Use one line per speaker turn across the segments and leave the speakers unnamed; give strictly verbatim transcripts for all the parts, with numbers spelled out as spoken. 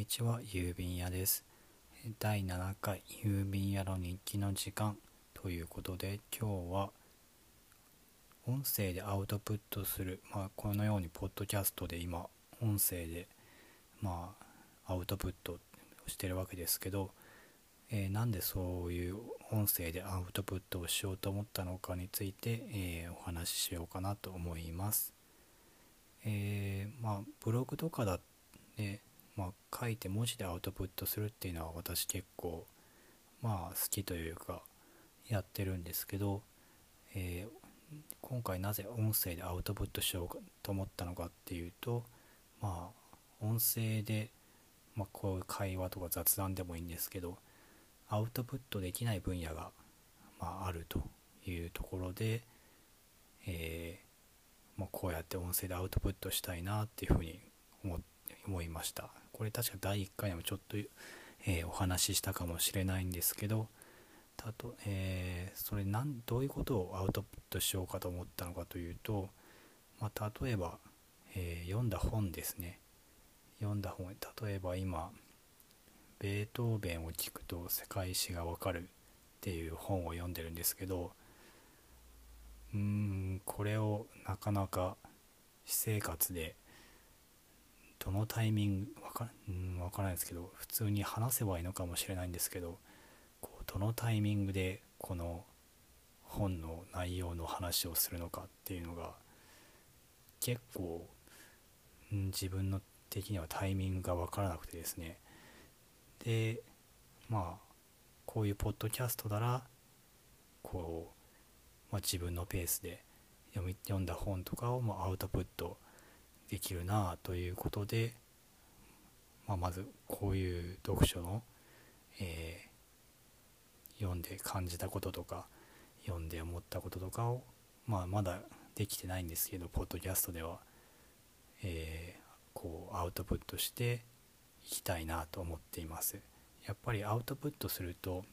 にちは、郵便屋です。だいななかい郵便屋の日記の時間ということで、今日は音声でアウトプットする、まあ、このようにポッドキャストで今音声で、まあ、アウトプットをしてるわけですけど、えーなんでそういう音声でアウトプットをしようと思ったのかについて、えーお話ししようかなと思います。えーまあブログとかだってまあ、書いて文字でアウトプットするっていうのは私結構まあ好きというかやってるんですけど、えー今回なぜ音声でアウトプットしようと思ったのかっていうと、まあ音声で、まあ、こういう会話とか雑談でもいいんですけどアウトプットできない分野が、まあ、あるというところで、えーまあ、こうやって音声でアウトプットしたいなっていうふうに思思いました。これ確かだいいっかいでもちょっと、えーお話ししたかもしれないんですけど、たと、えーそれなんどういうことをアウトプットしようかと思ったのかというと、まあ、例えば、えー読んだ本ですね。読んだ本、例えば今ベートーベンを聞くと世界史がわかるっていう本を読んでるんですけど、うーんこれをなかなか私生活でどのタイミングわか、うん、わからないですけど普通に話せばいいのかもしれないんですけど、こうどのタイミングでこの本の内容の話をするのかっていうのが結構、うん、自分の的にはタイミングが分からなくてですね。でまあこういうポッドキャストならこう、まあ、自分のペースで読み読んだ本とかをもアウトプットできるなということで、まあ、まずこういう読書の、えー読んで感じたこととか読んで思ったこととかを、まあ、まだできてないんですけどポッドキャストでは、えーこうアウトプットしていきたいなと思っています。やっぱりアウトプットすると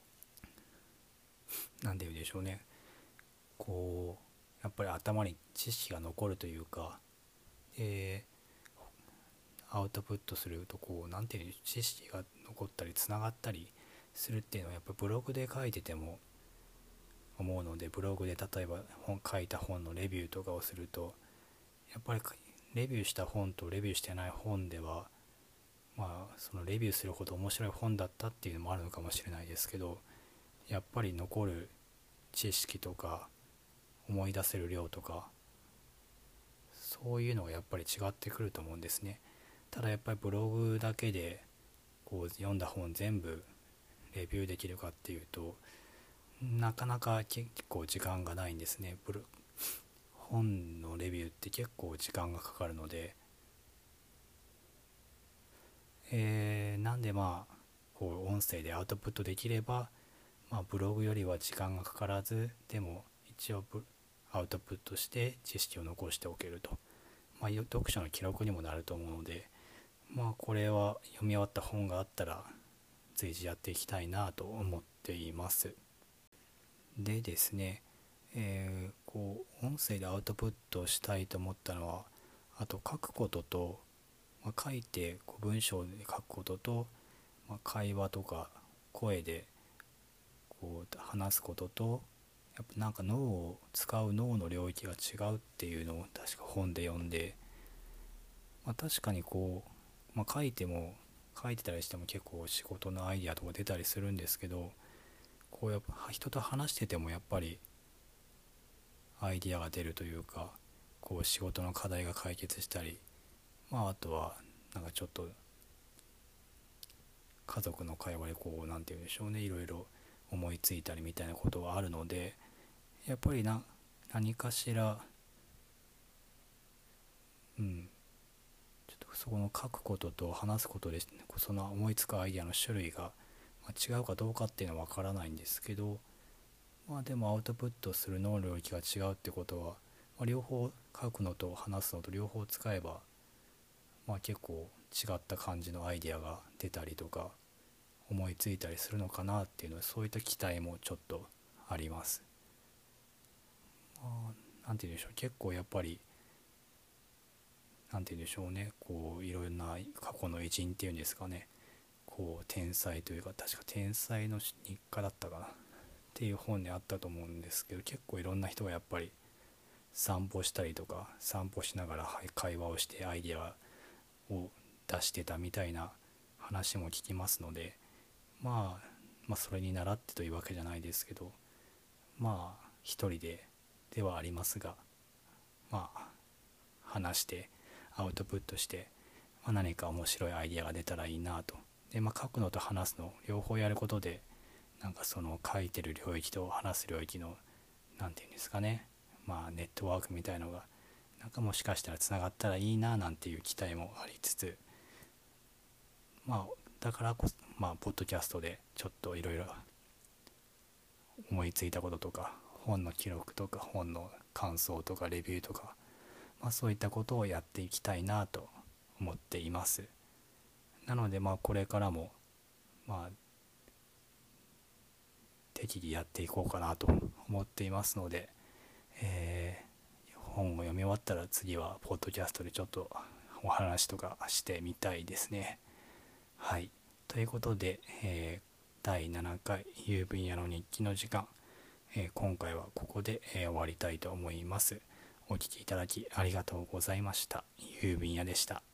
何て言うんでしょうね、こうやっぱり頭に知識が残るというか、でアウトプットするとこう何て言う知識が残ったりつながったりするっていうのはやっぱブログで書いてても思うので、ブログで例えば本書いた本のレビューとかをするとやっぱりレビューした本とレビューしてない本では、まあそのレビューするほど面白い本だったっていうのもあるのかもしれないですけど、やっぱり残る知識とか思い出せる量とかそういうのがやっぱり違ってくると思うんですね。ただやっぱりブログだけでこう読んだ本全部レビューできるかっていうとなかなか結構時間がないんですね。ブロ本のレビューって結構時間がかかるので、えーなんでまあこう音声でアウトプットできれば、まあ、ブログよりは時間がかからずでも一応アウトプットして知識を残しておけると、まあ、読書の記録にもなると思うので、まあこれは読み終わった本があったら随時やっていきたいなと思っています。でですね、えーこう音声でアウトプットしたいと思ったのは、あと書くことと、まあ、書いてこう文章で書くことと、まあ、会話とか声でこう話すことと、やっぱなんか脳を使う脳の領域が違うっていうのを確か本で読んで、まあ、確かにこう、まあ、書いても書いてたりしても結構仕事のアイディアとか出たりするんですけど、こうやっぱ人と話しててもやっぱりアイディアが出るというか、こう仕事の課題が解決したり、まああとはなんかちょっと家族の会話でこうなんて言うんでしょうね、いろいろ思いついたりみたいなことがあるので、やっぱりな何かしら、うんちょっとそこの書くことと話すことでその思いつくアイデアの種類が違うかどうかっていうのは分からないんですけど、まあでもアウトプットする能力が違うってことは、まあ、両方書くのと話すのと両方使えば、まあ、結構違った感じのアイデアが出たりとか思いついたりするのかなっていうのは、そういった期待もちょっとあります。まあ、なんて言うんでしょう、結構やっぱりなんて言うんでしょうね、こういろんな過去の偉人っていうんですかね、こう天才というか、確か天才の日課だったかなっていう本にあったと思うんですけど、結構いろんな人がやっぱり散歩したりとか、散歩しながら会話をしてアイデアを出してたみたいな話も聞きますので、まあ、まあそれに倣ってというわけじゃないですけど、まあ一人でではありますが、まあ話してアウトプットして、まあ、何か面白いアイデアが出たらいいなと。で、まあ、書くのと話すの両方やることで、なんかその書いてる領域と話す領域の何て言うんですかね、まあネットワークみたいのがなんかもしかしたらつながったらいいななんていう期待もありつつ、まあだからこそまあポッドキャストでちょっといろいろ思いついたこととか、本の記録とか本の感想とかレビューとか、まあ、そういったことをやっていきたいなと思っています。なのでまあこれからもまあ適宜やっていこうかなと思っていますので、えー本を読み終わったら次はポッドキャストでちょっとお話とかしてみたいですね。はい、ということで、えー、だいななかい郵便屋の日記の時間、えー今回はここで、えー終わりたいと思います。お聞きいただきありがとうございました。郵便屋でした。